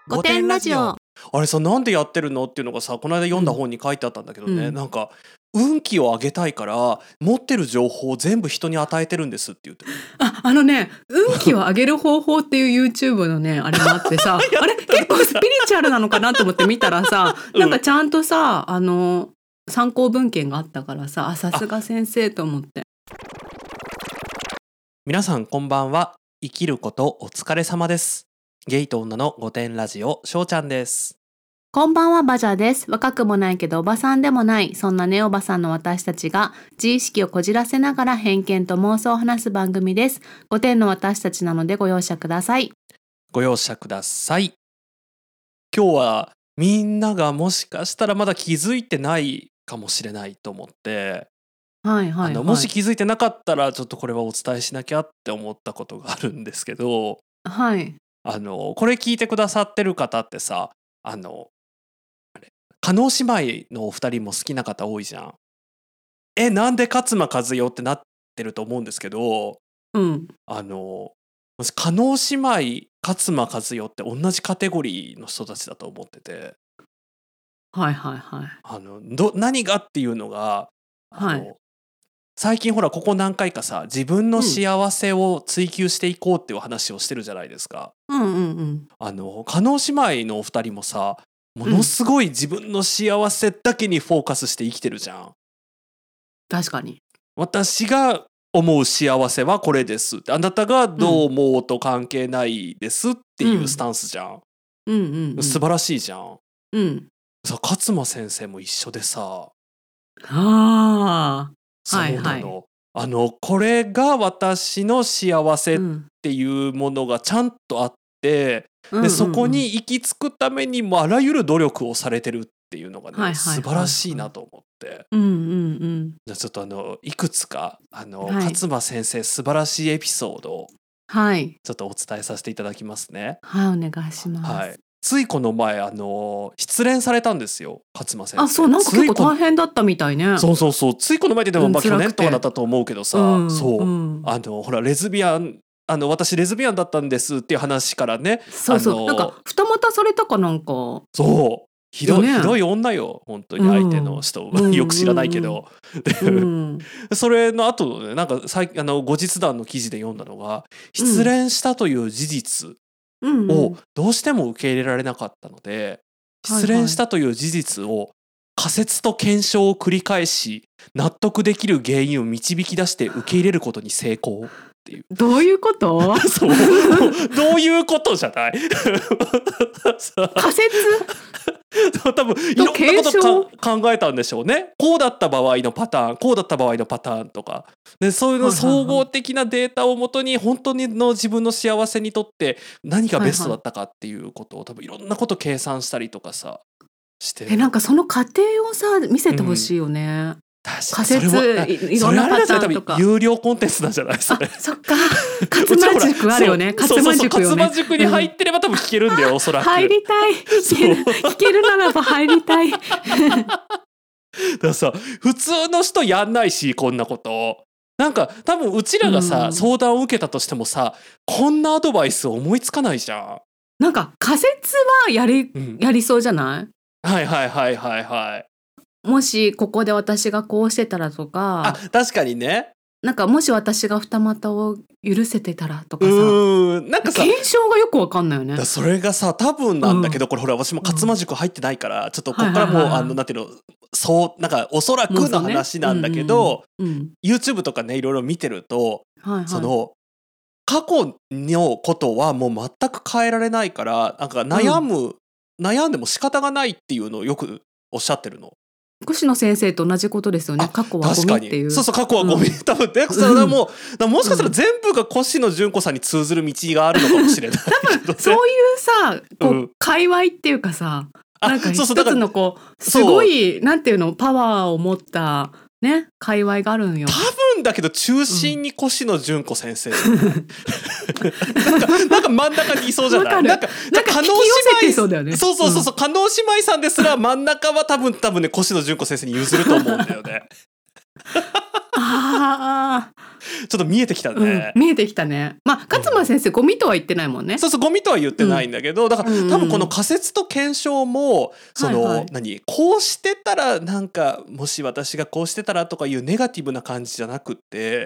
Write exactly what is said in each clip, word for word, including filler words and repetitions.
ごてんラジオ。 あれさ、なんでやってるのっていうのがさ、この間読んだ本に書いてあったんだけどね、 うんなんか運気を上げたいから持ってる情報を全部人に与えてるんですって言ってる。 あ、あのね、運気を上げる方法っていう YouTube のね、あれもあってさ、あれ結構スピリチュアルなのかなと思って見たらさ、 うんなんかちゃんとさ、あの、参考文献があったからさ、あ、さすが先生と思って。 皆さんこんばんは。生きることお疲れ様です。ゲイと女のごてんラジオ、しょうちゃんです。 こんばんは、バジャです。若くもないけどおばさんでもない、そんなねおばさんの私たちが自意識をこじらせながら偏見と妄想を話す番組です。ごてんの私たちなのでご容赦ください。 ご容赦ください。今日はみんながもしかしたらまだ気づいてないかもしれないと思って、 はいはいはい。 あのもし気づいてなかったらちょっとこれはお伝えしなきゃって思ったことがあるんですけど、 はい。 あのこれ聞いてくださってる方ってさ、あのあれ叶姉妹のお二人も好きな方多いじゃん。え、なんで勝間和代ってなってると思うんですけど、 うん。 あの叶姉妹勝間和代って同じカテゴリーの人たちだと思ってて、 はいはいはい。 あのど何がっていうのが、あの、 はい最近ほらここ何回かさ、自分のうん幸せを追求していこうっていう話をしてるじゃないですか。 うんうんうん。 あの叶姉妹のお二人もさ、ものすごい自分の幸せだけにフォーカスして生きてるじゃん。 確かに。 私が思う幸せはこれですって、あなたがどう思うと関係ないですっていうスタンスじゃん。 うんうんうん。 素晴らしいじゃん。 うん。 さ、勝間先生も一緒でさ、 ああ。 そうはいはい。 なの。あのこれが私の幸せっうんていうものがちゃんとあって、 うんうんうんでそこに行き着くためにもあらゆる努力をされてるっていうのがね、 はいはいはいはい素晴らしいなと思って。 うんうんうんじゃあちょっとあのいくつかあの、 はい勝間先生素晴らしいエピソードをはいちょっとお伝えさせていただきますね。 はいお願いします。 はい。ついこの前あの失恋されたんですよ、勝間先生。 あ、そうなんか結構ついこ大変だったみたいね。 そうそうそう、ついこの前ででもうんまあ去年辛くてとかだったと思うけどさ、 うんそう、 うんあのほらレズビアン、あの私レズビアンだったんですっていう話からね、 そうそう、 あのなんか二股されたかなんか。 そうひどい、 よねひどい女よ本当に、相手の人、 うんよく知らないけど、でうんそれの後ね、なんか最あの後日談の記事で読んだのが、失恋したという事実うんうんをどうしても受け入れられなかったので、失恋したという事実を仮説と検証を繰り返し納得できる原因を導き出して受け入れることに成功っていう。 どういうことそうどういうことじゃない仮説多分いろんなことか考えたんでしょうね。こうだった場合のパターン、こうだった場合のパターンとかで、そういうの総合的なデータをもとに本当にの自分の幸せにとって何がベストだったかっていうことを多分いろんなこと計算したりとかさしてえ、なんかその過程をさ見せてほしいよね。仮説それはいいろんなパターンとか。 それあれだよ、多分有料コンテンツなんじゃないそれ。 あ、そっか。勝間塾あるよね。勝間塾よね。 勝間塾に入ってれば多分聞けるんだよ、おそらく。 入りたい。聞ける聞けるならば入りたい。 だからさ、普通の人やんないし、こんなことなんか多分うちらがさ、 うん相談を受けたとしてもさ、こんなアドバイス思いつかないじゃん。 なんか仮説はやり、 うん、 やりそうじゃない？ はいはいはいはいはい。 もしここで私がこうしてたらとか、 あ、確かにね。 なんかもし私が二股を許せてたらとかさ、 うーん、なんかさ、 検証がよくわかんないよね。 それがさ、多分なんだけど、 うん、 これほら私も勝間塾入ってないから、うん、ちょっとここからもう、 はいはいはいはい、 あのなんていうの、そうなんかおそらくの話なんだけど、 ねうんうんうん、 YouTube とかねいろいろ見てると、 はいはい、 その過去のことはもう全く変えられないから、なんか悩む、うん、悩んでも仕方がないっていうのをよくおっしゃってるの。 越野先生と同じことですよね。過去はゴミっていう。 そうそう、過去はゴミ、うん、多分ね、それはもう、うん、もしかしたら全部が越野純子さんに通ずる道があるのかもしれない多分そういうさ、こう、うん、界隈っていうかさ、なんか一つのこうすごいなんていうのパワーを持ったね界隈があるんよ。 多分だけど中心に越野純子先生、うん、なんかなんか真ん中にいそうじゃない？なんかなんか引き寄せてそうだよね。 そうそうそうそう、うん、加納姉妹さんですら真ん中は多分多分ね越野純子先生に譲ると思うんだよね。 ああ。 ちょっと見えてきたね、 うん、見えてきたね。まあ勝間先生、うん、ゴミとは言ってないもんね。 そうそう、ゴミとは言ってないんだけど、うん、だから、うんうん、多分この仮説と検証もその、はいはい、何こうしてたらなんかもし私がこうしてたらとかいうネガティブな感じじゃなくって、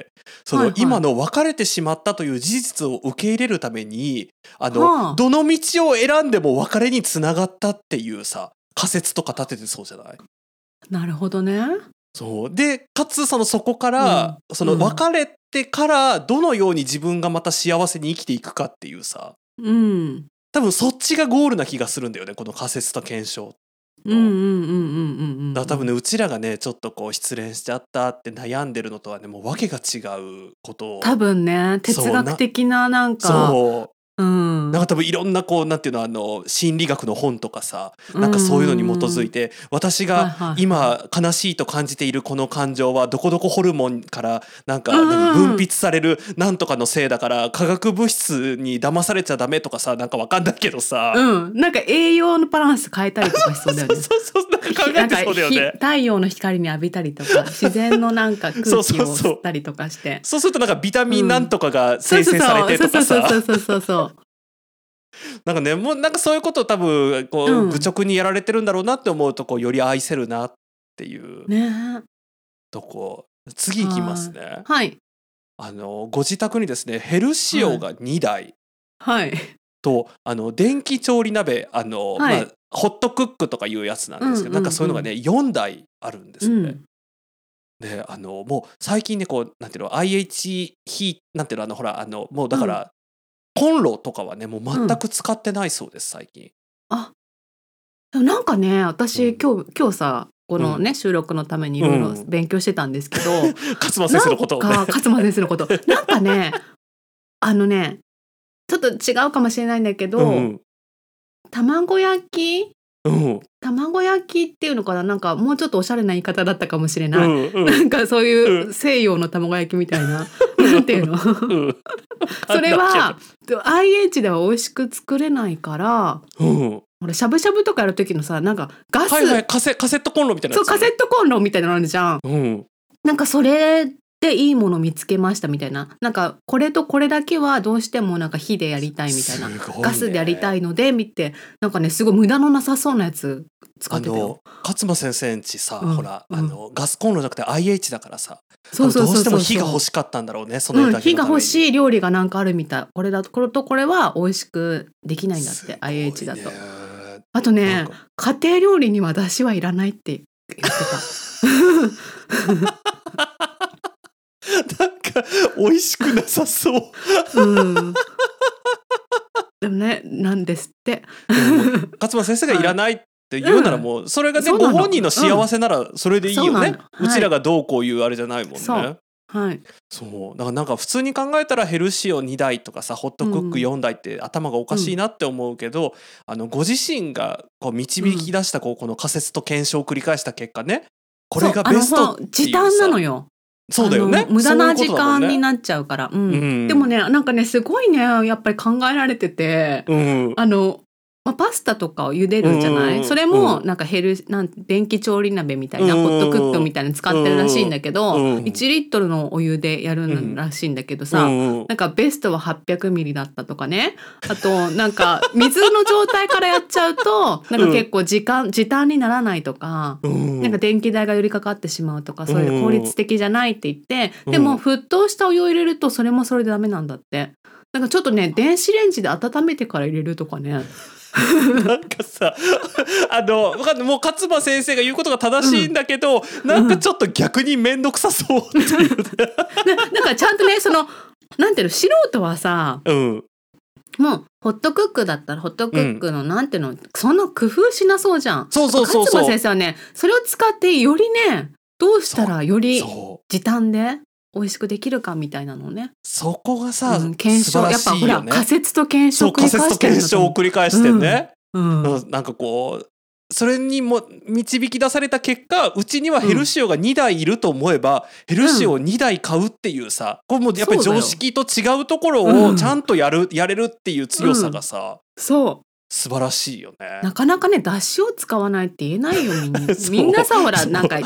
その、はいはい、今の別れてしまったという事実を受け入れるためにあの、はあ、どの道を選んでも別れにつながったっていうさ仮説とか立ててそうじゃない？ なるほどね。 そうでかつそのそこから、うん、その別れてからどのように自分がまた幸せに生きていくかっていうさ、うん、多分そっちがゴールな気がするんだよね、この仮説と検証。 うんうんうんうんうんうん。 だから多分ね、うちらがねちょっとこう失恋しちゃったって悩んでるのとはねもう訳が違うことを。 多分ね哲学的ななんかそううん、なんか多分いろんなこうなんていうのあの心理学の本とかさなんかそういうのに基づいて私が今悲しいと感じているこの感情はどこどこホルモンからなんか分泌されるなんとかのせいだから化学物質に騙されちゃダメとかさなんかわかんないけどさ、 うん、なんか栄養のバランス変えたりとかしそうだよね。 そうそうそうなんか考えてそうだよね。 太陽の光に浴びたりとか自然のなんか空気を吸ったりとかしてそうするとなんかビタミンなんとかが生成されてとかさそうそうそうそうなんかねもうなんかそういうことを多分こう、うん、愚直にやられてるんだろうなって思うとこうより愛せるなっていうとこ、ね、次いきますね。 はい。 あのご自宅にですねヘルシオがにだい、 はい、 とあの電気調理鍋あの、はいまあ、ホットクックとかいうやつなんですけど、うんうんうん、なんかそういうのがねよんだいあるんですよね。うんであのもう最近ねこうなんていうの アイエイチ ヒーなんていうのあのほらあのもうだから、うんコンロとかはねもう全く使ってないそうです、うん、最近。 あなんかね私、うん、今日今日さこのね、うん、収録のためにいろいろ勉強してたんですけど、うん、 勝間先生のことを、ね、 なんか勝間先生のことなんかねあのねちょっと違うかもしれないんだけど、うん、卵焼き、うん、卵焼きっていうのかななんかもうちょっとおしゃれな言い方だったかもしれない、うんうん、なんかそういう西洋の卵焼きみたいな、うん、なんていうの、うんそれは アイエイチ では美味しく作れないから、うん、俺しゃぶしゃぶとかやる時のさなんかガス、 はいはい、カセ、カセットコンロみたいなやつ、 そうカセットコンロみたいなのあるじゃん、うん、なんかそれでいいもの見つけましたみたいななんかこれとこれだけはどうしてもなんか火でやりたいみたいな、ね、ガスでやりたいので見てなんかねすごい無駄のなさそうなやつ使ってたよ。 あの勝間先生んちさ、うん、ほら、うん、あのガスコンロじゃなくて アイエイチ だからさそうそうそうそうどうしても火が欲しかったんだろうねそのだけのために、うん、火が欲しい料理がなんかあるみたい。これだとこれとこれは美味しくできないんだって、ね、アイエイチ だと。あとね家庭料理には出汁はいらないって言ってたなんか美味しくなさそう、 うん、でもねなんですって勝間先生がいらないって言うならもうそれがね、うん、ご本人の幸せならそれでいいよね、うん、うちらがどうこういうあれじゃないもんね。 そうはい、 そうだからなんか普通に考えたらヘルシオにだいとかさホットクックよんだいって頭がおかしいなって思うけど、うん、あのご自身がこう導き出したこうこの仮説と検証を繰り返した結果ねこれがベストっていうさ時短なのよ。 そうだよね無駄な時間になっちゃうから、うんうん、でもねなんかねすごいねやっぱり考えられてて、うん、あのまあ、パスタとかを茹でるじゃない、うん、それもなんかヘルなん電気調理鍋みたいな、うん、ホットクックみたいなの使ってるらしいんだけど、うん、いちリットルのお湯でやるらしいんだけどさ、うん、なんかベストははっぴゃくミリだったとかねあとなんか水の状態からやっちゃうとなんか結構時間時短にならないとか、うん、なんか電気代がよりかかってしまうとかそういう効率的じゃないって言って、うん、でも沸騰したお湯を入れるとそれもそれでダメなんだって。なんかちょっとね電子レンジで温めてから入れるとかねなんかさあのもう勝間先生が言うことが正しいんだけど、うん、なんかちょっと逆に面倒くさそうっていう、ね、 だからちゃんとねそのなんていうの素人はさ、うん、もうホットクックだったらホットクックのなんていうの、うん、そんな工夫しなそうじゃん。 そうそうそうそう勝間先生はねそれを使ってよりねどうしたらより時短で美味しくできるかみたいなのね。 そこがさ、うん、 検証、 ね、 やっぱほら仮説と検証を繰り返してる。 仮説と検証を繰り返してね、うんうん、なんかこうそれにも導き出された結果うちにはヘルシオがにだいいると思えば、うん、ヘルシオをにだい買うっていうさこれもやっぱり常識と違うところをちゃんとやる、うん、やれるっていう強さがさ、 うん、そう素晴らしいよね。 なかなかね出汁を使わないって言えないよみんなみんなさほらなんか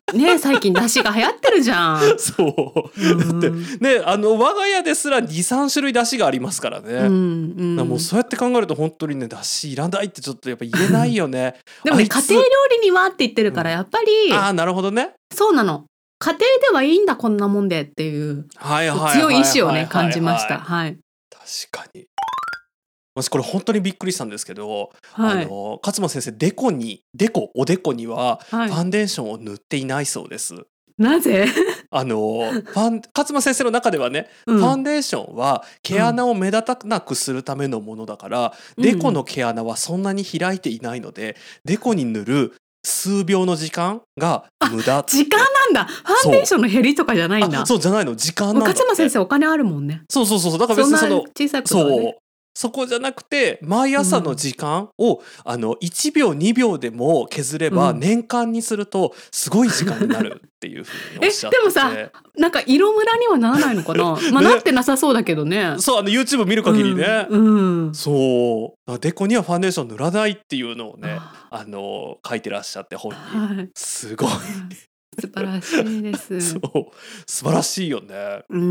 ね最近出汁が流行ってるじゃん。 そうだってね、あの我が家ですら にさん 種類出汁がありますからね、うんうん、だもうそうやって考えると本当にね出汁いらないってちょっとやっぱ言えないよねでもね家庭料理にはって言ってるからやっぱり、 うん、ああなるほどね、 そうなの、家庭ではいいんだこんなもんでっていう強い意志をね感じました。はい、 確かに私これ本当にびっくりしたんですけど、 はい、 あの勝間先生デコにデコおでこにはファンデーションを塗っていないそうです、はい、 なぜあのファン勝間先生の中ではね、うん、ファンデーションは毛穴を目立たなくするためのものだから、うん、デコの毛穴はそんなに開いていないので、うん、デコに塗る数秒の時間が無駄。 時間なんだ。ファンデーションの減りとかじゃないんだ。 そうじゃないの、時間なんだって。 勝間先生お金あるもんね。 そうそうそう、だから別にその小さいことはね、 そうそこじゃなくて毎朝の時間を、うん、あのいちびょうにびょうでも削れば年間にするとすごい時間になるっていうふうにおっしゃっててえでもさなんか色ムラにはならないのかな、まあ、なってなさそうだけどね。 そうあの YouTube 見る限りね、 うんうん、 そうデコにはファンデーション塗らないっていうのをねあの書いてらっしゃって本に、はい、すごい素晴らしいですそう素晴らしいよね、うん、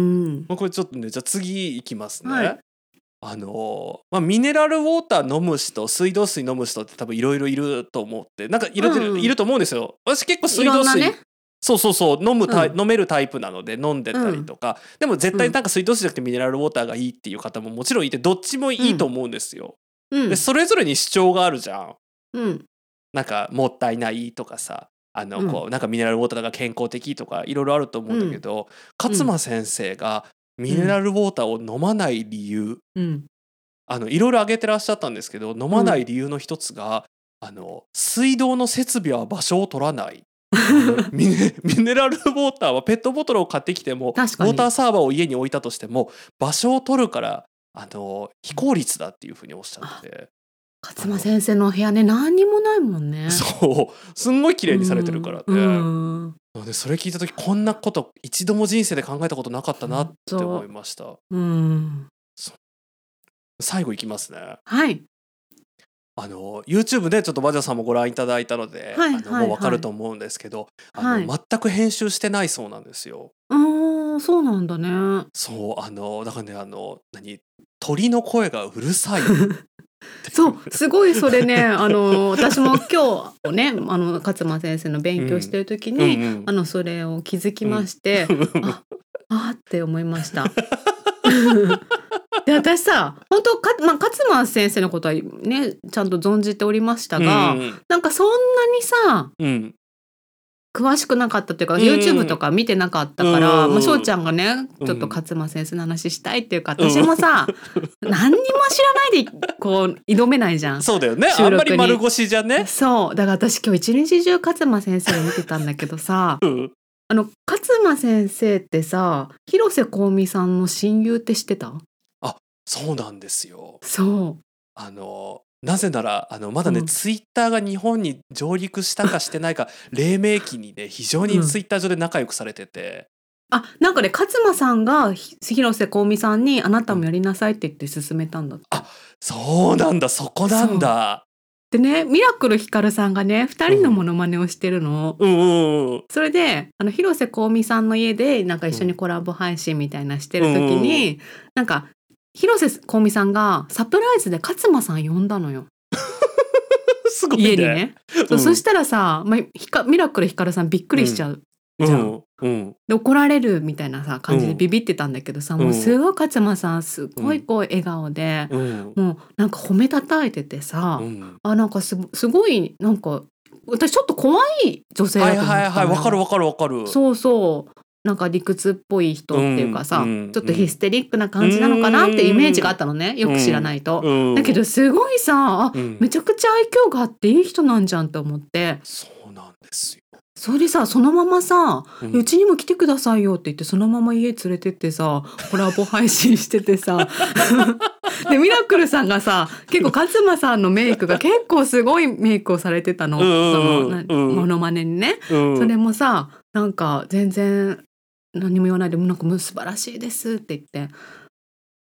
これちょっとねじゃあ次いきますね、はい、あのまあ、ミネラルウォーター飲む人水道水飲む人って多分いろいろいると思ってなんかいる、うん、いると思うんですよ。私結構水道水、ね、そうそうそう飲むタイ、うん、飲めるタイプなので飲んでたりとか、うん、でも絶対なんか水道水じゃなくてミネラルウォーターがいいっていう方ももちろんいてどっちもいいと思うんですよ、うん、でそれぞれに主張があるじゃん、うん、なんかもったいないとかさあのこう、うん、なんかミネラルウォーターが健康的とかいろいろあると思うんだけど、うん、勝間先生がミネラルウォーターを飲まない理由、うんあのいろいろ挙げてらっしゃったんですけど飲まない理由の一つが、うん、あの水道の設備は場所を取らないミネ、ミネラルウォーターはペットボトルを買ってきてもウォーターサーバーを家に置いたとしても場所を取るからあの非効率だっていうふうにおっしゃって勝間先生のお部屋ね何にもないもんね。 そうすんごい綺麗にされてるからね、うんうん、でそれ聞いた時こんなこと一度も人生で考えたことなかったなって思いました。うん最後いきますね。 はい。 あの YouTube でちょっとバジャさんもご覧いただいたので、はい、あのもう分かると思うんですけど、はい、あの全く編集してないそうなんですよ。 あーそうなんだね。 そうあのだからねあの何鳥の声がうるさいそうすごいそれねあの私も今日ねあの勝間先生の勉強してる時に、うんうんうん、あのそれを気づきまして、うん、ああって思いましたで私さ本当か、まあ、勝間先生のことはねちゃんと存じておりましたが、うん、なんかそんなにさ、うん、詳しくなかったというか、うん、YouTube とか見てなかったから、うん、まあ、翔ちゃんがねちょっと勝間先生の話したいっていうか、うん、私もさ、うん、何にも知らないでこう挑めないじゃん。 そうだよねあんまり丸腰じゃね。 そうだから私今日一日中勝間先生を見てたんだけどさ、うん、あの勝間先生ってさ広瀬香美さんの親友って知ってた？ あそうなんですよ。 そうあのなぜならあのまだね、うん、ツイッターが日本に上陸したかしてないか黎明期にね非常にツイッター上で仲良くされてて、 うん、あなんかね勝間さんが広瀬香美さんにあなたもやりなさいって言って勧めたんだって、 うん、あそうなんだそこなんだ。 でねミラクルひかるさんがねふたりのモノマネをしてるの、うんうんうん、それであの広瀬香美さんの家でなんか一緒にコラボ配信みたいなしてる時に、うん、なんか広瀬香美さんがサプライズで勝間さん呼んだのよすごいね、 家にね、うん、そしたらさ、まあ、ひかミラクルひかるさんびっくりしちゃう、うん、じゃん、うんうん、で怒られるみたいなさ感じでビビってたんだけどさ、うん、もうすごい勝間さんすごいこう笑顔で、うん、もうなんか褒めたたえててさ、うん、あなんか す, すごいなんか私ちょっと怖い女性だと思ったのよ。はいはいはいわかるわかるわかる。そうそうなんか理屈っぽい人っていうかさ、うん、ちょっとヒステリックな感じなのかなってイメージがあったのね、よく知らないと、うん、だけどすごいさあ、うん、めちゃくちゃ愛嬌があっていい人なんじゃんと思って。 そうなんですよ。 それでさそのままさうち、ん、にも来てくださいよって言ってそのまま家連れてってさコラボ配信しててさでミラクルさんがさ結構勝間さんのメイクが結構すごいメイクをされてたの、そのモノマネにね、うん、それもさなんか全然何も言わないでもなんかもう素晴らしいですって言って。 やっ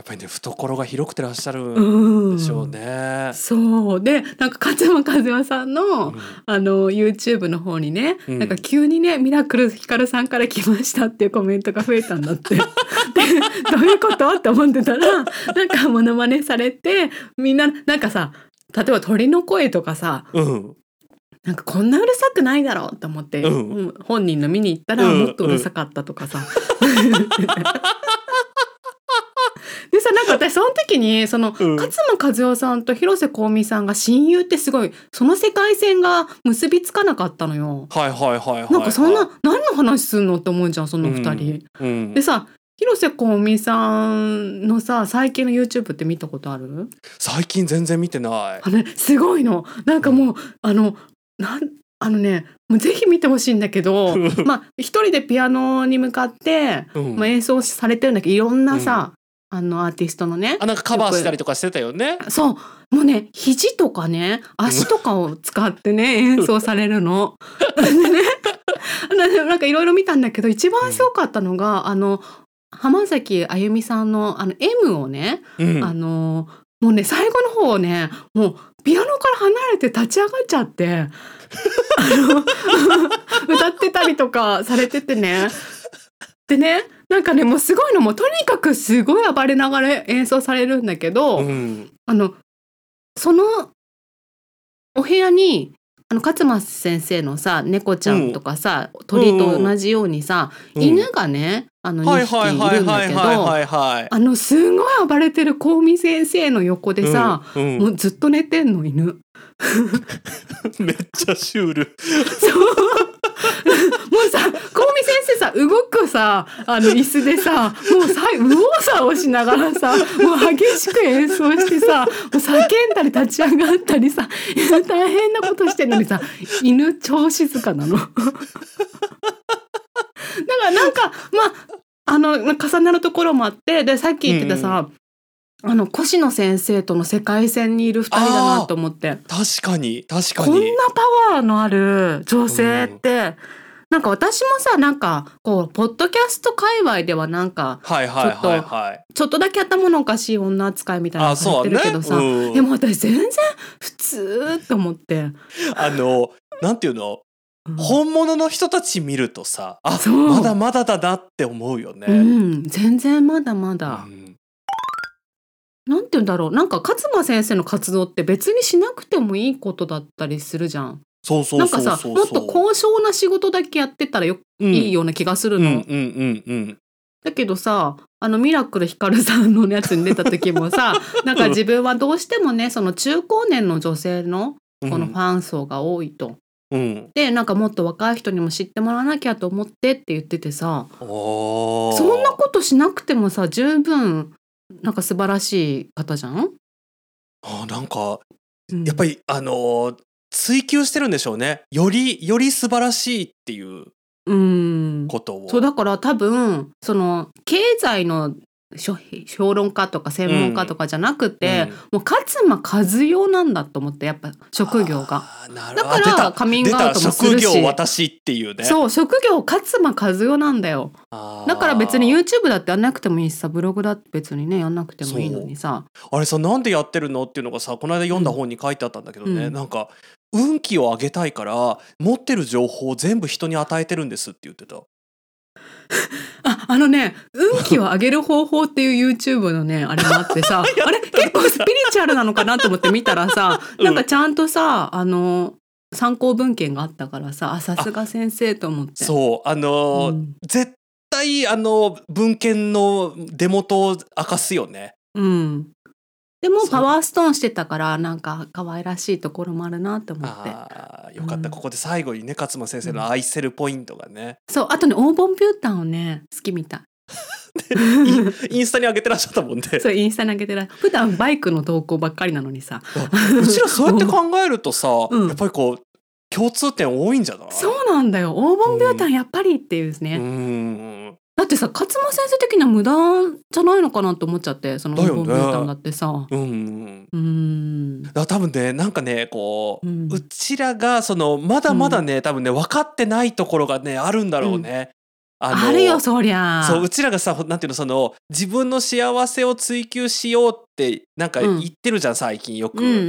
ぱりね懐が広くてらっしゃるんでしょうね。 うん、そうでなんか勝間和代さんの、 うん、 あの YouTube の方にね、 うん、 なんか急にねミラクルひかるさんから来ましたっていうコメントが増えたんだってでどういうことって思ってたらなんかモノマネされてみんななんかさ例えば鳥の声とかさ、 うん、 なんかこんなうるさくないだろうと思って、 うんうん、本人の見に行ったらうんもっとうるさかったとかさ、でさなんか私その時にその、 うん、 勝間和代さんと広瀬香美さんが親友ってすごいその世界線が結びつかなかったのよ。 はいはいはいはい、はい、 なんかそんな何の話すんのって思うじゃんそのふたり、 うんうん、 でさ広瀬香美さんのさ最近の YouTube って見たことある？ 最近全然見てない。 あ、ね、すごいのなんかもう、うん、あのなんあのねもうぜひ見てほしいんだけどまあ一人でピアノに向かって、うんまあ、演奏されてるんだけどいろんなさ、うん、あのアーティストのねあなんかカバーしたりとかしてたよね。 そうもうね肘とかね足とかを使ってね演奏されるのでねなんかいろいろ見たんだけど一番すごかったのが、うん、あの浜崎あゆみさんのあの M をね、うん、あのもうね最後の方ねもうピアノから離れて立ち上がっちゃってあの歌ってたりとかされててねでねなんかねもうすごいのもうとにかくすごい暴れながら演奏されるんだけど、うん、あのそのお部屋にあの勝間先生のさ猫ちゃんとかさ、うん、鳥と同じようにさ、うん、犬がねあのにひきいるんだけどあのすごい暴れてる香美先生の横でさ、うんうん、もうずっと寝てんの犬めっちゃシュールそうもうさ香美先生さ動くさあの椅子でさもうさ右往左往しながらさもう激しく演奏してさもう叫んだり立ち上がったりさ大変なことしてるのにさ犬超静かなのだからなんかまああの重なるところもあってでさっき言ってたさ、うん、あの越野先生との世界線にいるふたりだなと思って確かに確かにこんなパワーのある女性って、うんなんか私もさなんかこうポッドキャスト界隈ではなんかちょっとちょっとだけ頭のおかしい女扱いみたいなのされてるけどさ、ねうん、でも私全然普通と思ってあのなんていうの、うん、本物の人たち見るとさあまだまだだなって思うよね、うん、 全然まだまだ、うん、なんていうんだろうなんか勝間先生の活動って別にしなくてもいいことだったりするじゃん。 そうそうそうそうなんかさもっと高尚な仕事だけやってたらよ、うん、いいような気がするの、うんうんうんうん、だけどさあのミラクルひかるさんのやつに出た時もさなんか自分はどうしてもねその中高年の女性のこのファン層が多いと、うん、でなんかもっと若い人にも知ってもらわなきゃと思ってって言っててさそんなことしなくてもさ十分なんか素晴らしい方じゃん。 あなんか、うん、やっぱりあのー追求してるんでしょうね。よりより素晴らしいっていうことを。 そうだから多分その経済の評論家とか専門家とかじゃなくて、うん、もう勝間和代なんだと思ってやっぱ職業がだからカミングアウトもするし職業私っていうねそう職業勝間和代なんだよ。だから別に YouTube だってやんなくてもいいしさブログだって別にねやんなくてもいいのにさあれさなんでやってるのっていうのがさこの間読んだ本に書いてあったんだけどね、うん、なんか運気を上げたいから持ってる情報を全部人に与えてるんですって言ってたあ、あのね運気を上げる方法っていう YouTube のねあれもあってさあれ結構スピリチュアルなのかなと思って見たらさ、うん、なんかちゃんとさあの参考文献があったからさあさすが先生と思ってそうあのーうん、絶対あの文献の出元を明かすよね。うんでもパワーストーンしてたからなんか可愛らしいところもあるなと思ってあよかった、うん、ここで最後にね勝間先生の愛せるポイントがね、 うん、そうあとね黄金ピュータンをね好きみたいインスタに上げてらっしゃったもんねそうインスタに上げてらっしゃ普段バイクの投稿ばっかりなのにさうちらそうやって考えるとさ、うん、やっぱりこう共通点多いんじゃない？ そうなんだよ黄金ピュータンやっぱりっていうですね、うんうんだってさ勝間先生的には無駄じゃないのかなと思っちゃってその黄金ピュータンだってさう、 んうん、だから多分ねなんかねこう、うん、うちらがそのまだまだね、うん、多分ね分かってないところがねあるんだろうね、 あのあるよそりゃ。 そううちらがさなんていうのその自分の幸せを追求しようってなんか言ってるじゃん、うん、最近よく、 うんうんうん、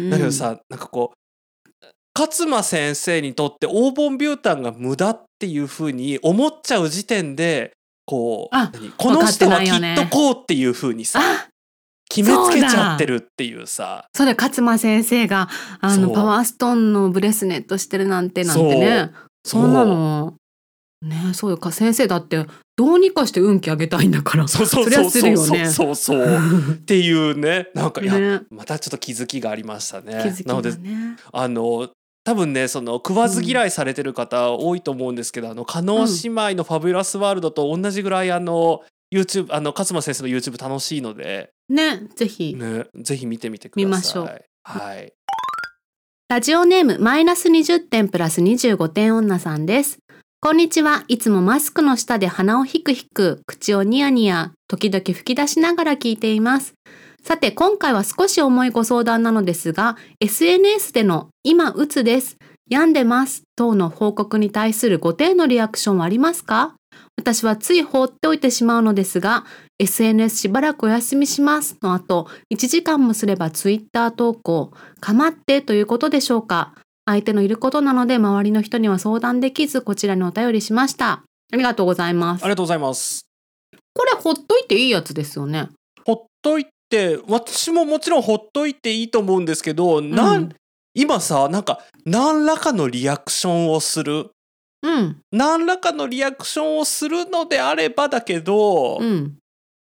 だけどさなんかこう勝間先生にとって黄金ビュータンが無駄っていう風に思っちゃう時点でこう何この人はきっとこうっていう風にさ決めつけちゃってるっていうさ。 それ勝間先生があのパワーストーンのブレスネットしてるなんてなんてね、そんなのね、そういうか先生だってどうにかして運気上げたいんだからそうそうそうそうそうそうっていうねなんかいや、ね、またちょっと気づきがありましたね。 気づきがね、 なのであの多分ねその食わず嫌いされてる方多いと思うんですけど、うん、あの加納姉妹のファビュラスワールドと同じぐらいあの YouTube あの勝間先生の YouTube 楽しいのでねぜひ、 ね、ぜひ見てみてください。 見ましょう。 はい。 ラジオネームマイナスにじゅってんプラスにじゅうごてん女さんです。こんにちは。いつもマスクの下で鼻をひくひく、口をニヤニヤ、時々吹き出しながら聞いています。さて、今回は少し重いご相談なのですが、エスエヌエス での今うつです、病んでます等の報告に対するごてんのリアクションはありますか？私はつい放っておいてしまうのですが、エスエヌエス しばらくお休みしますの後、いちじかんもすればツイッター投稿、かまってということでしょうか？相手のいることなので周りの人には相談できずこちらにお便りしました。ありがとうございます。 ありがとうございます。 これほっといていいやつですよね。 ほっといて私ももちろんほっといていいと思うんですけど、うん、なん今さなんか何らかのリアクションをする、 うん、 何らかのリアクションをするのであればだけど、 うん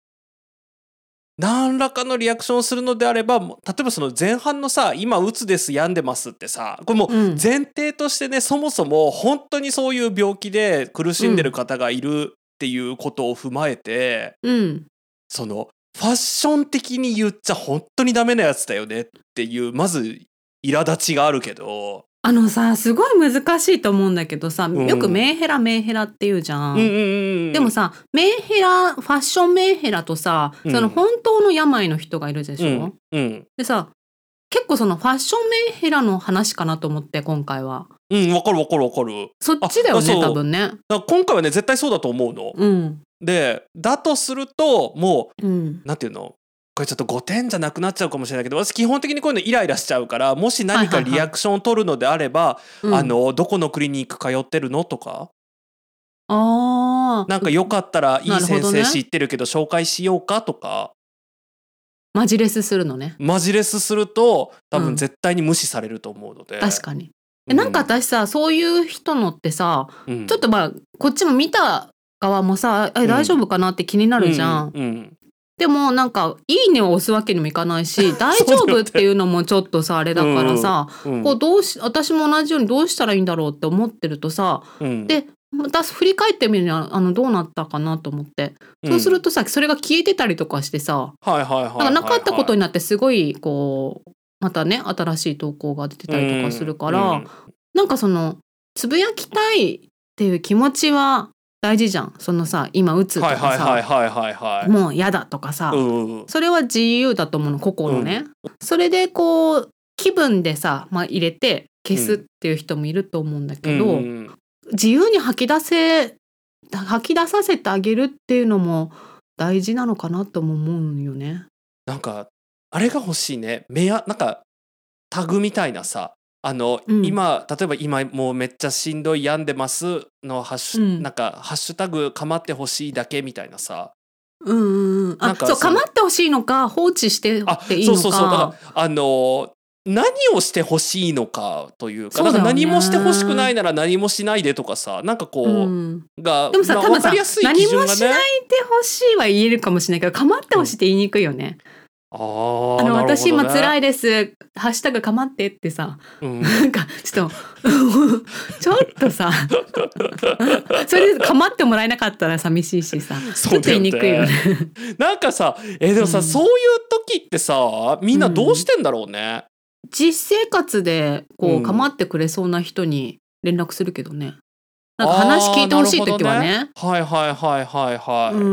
何らかのリアクションをするのであれば例えばその前半のさ今うつです病んでますってさこれもう前提としてね、うん、そもそも本当にそういう病気で苦しんでる方がいるっていうことを踏まえて、 うん、 そのファッション的に言っちゃ本当にダメなやつだよねっていうまず苛立ちがあるけど、 あのさすごい難しいと思うんだけどさ、うん、よくメンヘラメンヘラって言うじゃん、 うんうんうん、 でもさメンヘラファッションメンヘラとさ、うん、その本当の病の人がいるでしょ、 うんうん、 でさ結構そのファッションメンヘラの話かなと思って今回は。 うんわかるわかるわかる。 そっちだよね多分ね。 だ今回はね絶対そうだと思うの、 うん、 でだとするともう、 うん、 なんていうのこれちょっとごてんじゃなくなっちゃうかもしれないけど私基本的にこういうのイライラしちゃうからもし何かリアクションを取るのであれば、はいはいはい、あのどこのクリニック通ってるのとか、 あなんかよかったらいい先生知ってるけど紹介しようかとか、 マジレスするのね。 マジレスすると多分絶対に無視されると思うので、 うん、確かに、うん、なんか私さそういう人のってさ、うん、ちょっとまあこっちも見た側もさえ大丈夫かなって気になるじゃん、 うんうんうんでもなんかいいねを押すわけにもいかないし大丈夫っていうのもちょっとさあれだからさ、うんうん、こうどうし私も同じようにどうしたらいいんだろうって思ってるとさ、うん、でまた振り返ってみるにはあのどうなったかなと思って、うん、そうするとさそれが消えてたりとかしてさ、 はいはいはいはいはい、 なんかなかったことになってすごいこうまたね新しい投稿が出てたりとかするから、うんうん、なんかそのつぶやきたいっていう気持ちは大事じゃん。そのさ今打つとかさ、 はいはいはいはいはい、 もう嫌だとかさ、 うん、 それは自由だと思うの個々のね、うん、それでこう気分でさ、まあ、入れて消すっていう人もいると思うんだけど、うん、自由に吐き出せ吐き出させてあげるっていうのも大事なのかなとも思うよね。 なんかあれが欲しいね。目やなんかタグみたいなさあの、うん、今例えば今もうめっちゃしんどい病んでますのハッシュ、うん、なんかハッシュタグかまってほしいだけみたいなさ、 うんうんうん、あなんかそうかまってほしいのか放置してっていいのか、 そうそうそうだからあの何をしてほしいのかというか、なんか何もしてほしくないなら何もしないでとかさなんかこう、うん、がでもさ、まあ、 多分さ、分かりやすい基準がね、 何もしないでほしいは言えるかもしれないけどかまってほしいって言いにくいよね、 うん、ああの、ね、私今辛いですハッシュタグかまってってさ、うん、なんかちょっとちょっとさそれかまってもらえなかったら寂しいしさ、ちょっと言いにくいよねなんかさえでもさ、うん、そういう時ってさみんなどうしてんだろうね、 うん、実生活でこうかまってくれそうな人に連絡するけどね、なんか話聞いてほしい時は ね, ねはいはいはいはいはい、 うん、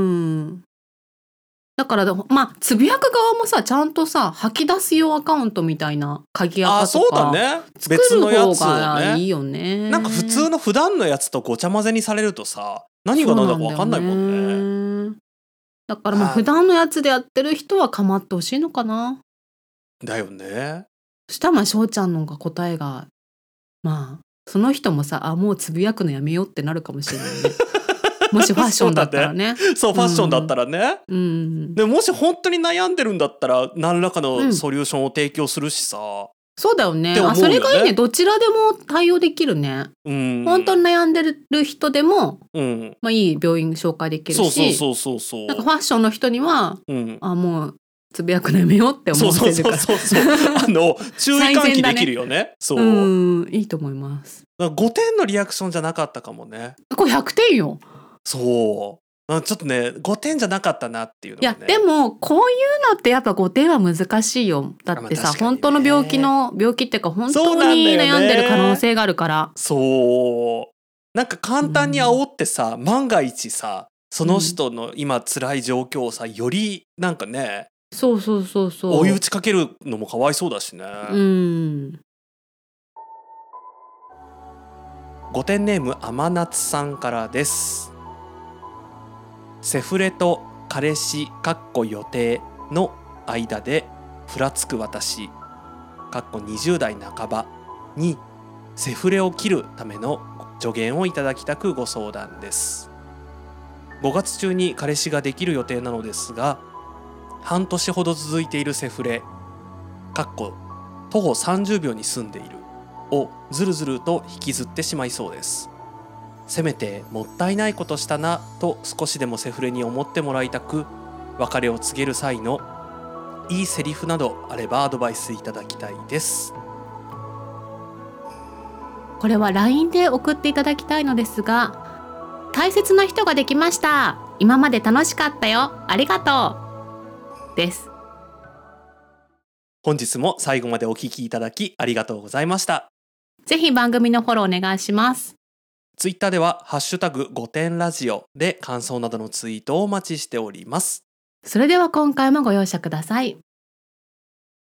だからまあつぶやく側もさちゃんとさ吐き出す用アカウントみたいな鍵アカとか作る方がいいよね。 なんか普通の普段のやつとごちゃ混ぜにされるとさ何が何だか分かんないもんね。 だからもう普段のやつでやってる人は構ってほしいのかな。 だよね。 そしたらまあ翔ちゃんのが答えがまあその人もさあもうつぶやくのやめようってなるかもしれないね。もしファッションだったらね。 そうだね。そう、ファッションだったらね。 うん。 でももし本当に悩んでるんだったら何らかのソリューションを提供するしさ。うん、 そうだよね。あ、それがいいね。どちらでも対応できるね。うん。本当に悩んでる人でも、うん、まあいい病院紹介できるし。 そうそうそうそうそう。 なんかファッションの人には、うん、あもうつぶやくのやめようって思ってるから。 そうそうそうそう。あの注意喚起できるよね。ねそう。 うんいいと思います。 ごてんのリアクションじゃなかったかもね。 これひゃくてんよ。 そう。ちょっとねごてんじゃなかったなっていうのが、ね、 いやでもこういうのってやっぱごてんは難しいよ。だってさ、まあね、本当の病気の病気っていうか本当に悩んでる可能性があるから。 そう。なんか簡単に煽ってさ、うん、万が一さその人の今辛い状況をさよりなんかね、 そうそうそうそう追い打ちかけるのもかわいそうだしね。 うん。 ごてんネーム甘夏さんからです。セフレと彼氏かっこ予定の間でふらつく私かっこにじゅう代半ばにセフレを切るための助言をいただきたくご相談です。ごがつ中に彼氏ができる予定なのですが、半年ほど続いているセフレかっこ徒歩さんじゅうびょうに住んでいるをずるずると引きずってしまいそうです。せめてもったいないことしたなと少しでもセフレに思ってもらいたく、別れを告げる際のいいセリフなどあればアドバイスいただきたいです。 これは ライン で送っていただきたいのですが、大切な人ができました、今まで楽しかったよ、ありがとうです。 本日も最後までお聞きいただきありがとうございました。 ぜひ番組のフォローお願いします。 ツイッターではハッシュタグごてんラジオで感想などのツイートをお待ちしております。 それでは今回もご容赦ください。